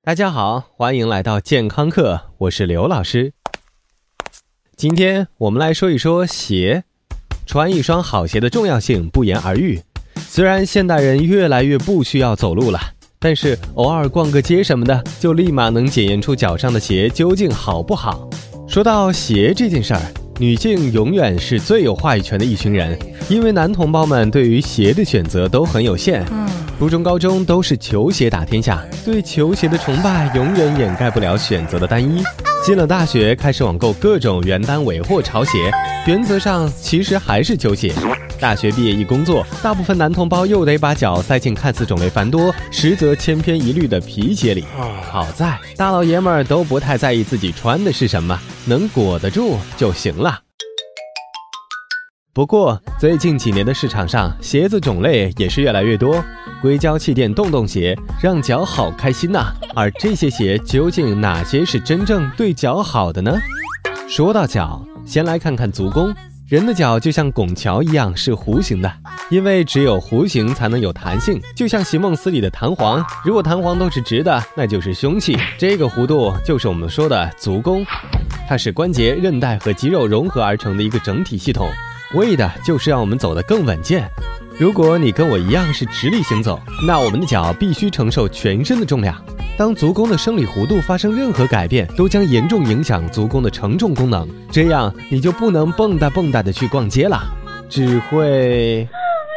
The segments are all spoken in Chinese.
大家好，欢迎来到健康课，我是刘老师。今天我们来说一说鞋。穿一双好鞋的重要性不言而喻。虽然现代人越来越不需要走路了，但是偶尔逛个街什么的，就立马能检验出脚上的鞋究竟好不好。说到鞋这件事儿，女性永远是最有话语权的一群人，因为男同胞们对于鞋的选择都很有限。初中高中都是球鞋打天下，对球鞋的崇拜永远掩盖不了选择的单一。进了大学，开始网购各种原单尾货潮鞋，原则上其实还是球鞋。大学毕业一工作，大部分男同胞又得把脚塞进看似种类繁多，实则千篇一律的皮鞋里。好在大老爷们儿都不太在意自己穿的是什么，能裹得住就行了。不过最近几年的市场上，鞋子种类也是越来越多，硅胶气垫洞洞鞋让脚好开心呐。而这些鞋究竟哪些是真正对脚好的呢？说到脚，先来看看足弓。人的脚就像拱桥一样是弧形的，因为只有弧形才能有弹性，就像席梦思里的弹簧，如果弹簧都是直的，那就是凶器。这个弧度就是我们说的足弓，它是关节、韧带和肌肉融合而成的一个整体系统，为的就是让我们走得更稳健。如果你跟我一样是直立行走，那我们的脚必须承受全身的重量。当足弓的生理弧度发生任何改变，都将严重影响足弓的承重功能，这样你就不能蹦跶的去逛街了，只会……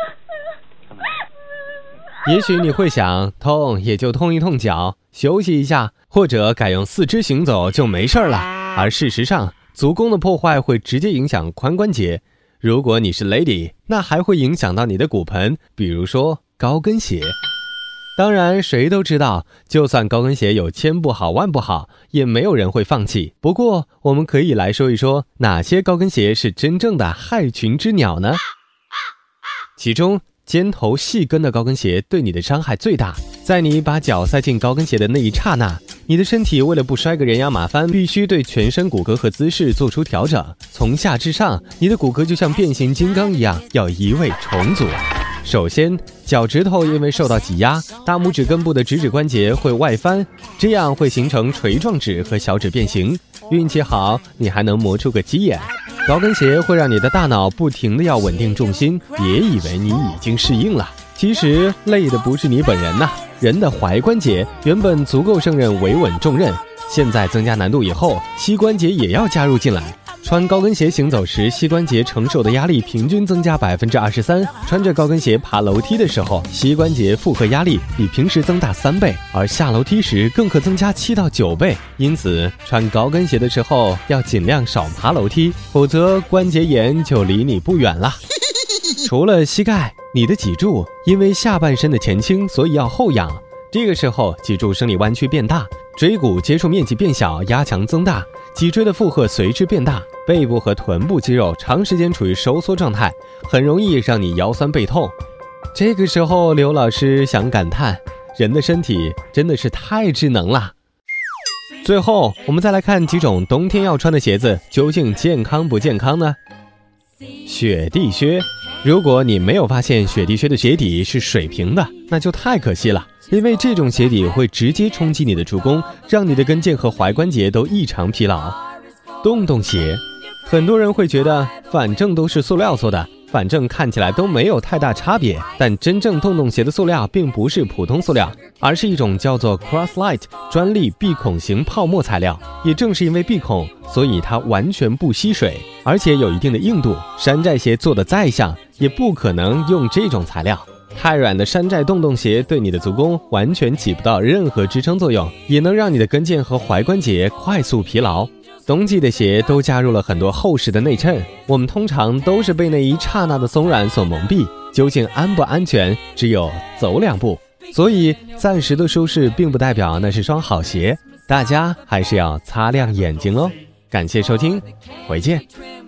也许你会想，痛也就痛一痛脚，休息一下，或者改用四肢行走就没事了。而事实上，足弓的破坏会直接影响髋关节。如果你是 lady， 那还会影响到你的骨盆，比如说高跟鞋。当然谁都知道，就算高跟鞋有千不好万不好，也没有人会放弃。不过我们可以来说一说，哪些高跟鞋是真正的害群之鸟呢？其中尖头细跟的高跟鞋对你的伤害最大。在你把脚塞进高跟鞋的那一刹那，你的身体为了不摔个人仰马翻，必须对全身骨骼和姿势做出调整。从下至上，你的骨骼就像变形金刚一样，要一味重组。首先，脚趾头因为受到挤压，大拇指根部的直指关节会外翻，这样会形成锤状指和小指变形。运气好，你还能磨出个鸡眼。高跟鞋会让你的大脑不停地要稳定重心，别以为你已经适应了，其实累的不是你本人呐。人的踝关节原本足够胜任维稳重任，现在增加难度以后，膝关节也要加入进来。穿高跟鞋行走时，膝关节承受的压力平均增加 23%， 穿着高跟鞋爬楼梯的时候，膝关节负荷压力比平时增大3倍，而下楼梯时更可增加7到9倍。因此穿高跟鞋的时候要尽量少爬楼梯，否则关节炎就离你不远了。除了膝盖，你的脊柱因为下半身的前倾，所以要后仰，这个时候脊柱生理弯曲变大，椎骨接触面积变小，压强增大，脊椎的负荷随之变大，背部和臀部肌肉长时间处于收缩状态，很容易让你腰酸背痛。这个时候刘老师想感叹，人的身体真的是太智能了。最后我们再来看几种冬天要穿的鞋子究竟健康不健康呢？雪地靴，如果你没有发现雪地靴的鞋底是水平的，那就太可惜了，因为这种鞋底会直接冲击你的足弓，让你的跟腱和踝关节都异常疲劳。洞洞鞋，很多人会觉得反正都是塑料做的，反正看起来都没有太大差别，但真正洞洞鞋的塑料并不是普通塑料，而是一种叫做 Croslite 专利闭孔型泡沫材料。也正是因为闭孔，所以它完全不吸水，而且有一定的硬度，山寨鞋做的再像也不可能用这种材料。太软的山寨洞洞鞋对你的足弓完全起不到任何支撑作用，也能让你的跟腱和踝关节快速疲劳。冬季的鞋都加入了很多厚实的内衬，我们通常都是被那一刹那的松软所蒙蔽，究竟安不安全，只有走2步。所以暂时的舒适并不代表那是双好鞋，大家还是要擦亮眼睛哦。感谢收听，回见。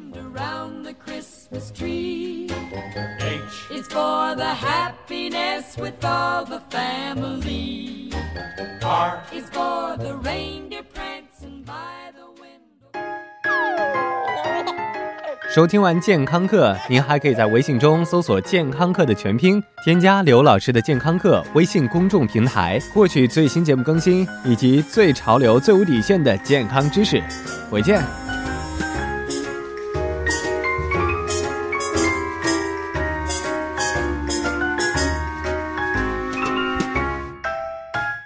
Is for the happiness with all the family. R is for the reindeer prancing by the window. 收听完健康课，您还可以在微信中搜索健康课的全拼，添加刘老师的健康课微信公众平台，获取最新节目更新以及最潮流最无底线的健康知识。回见。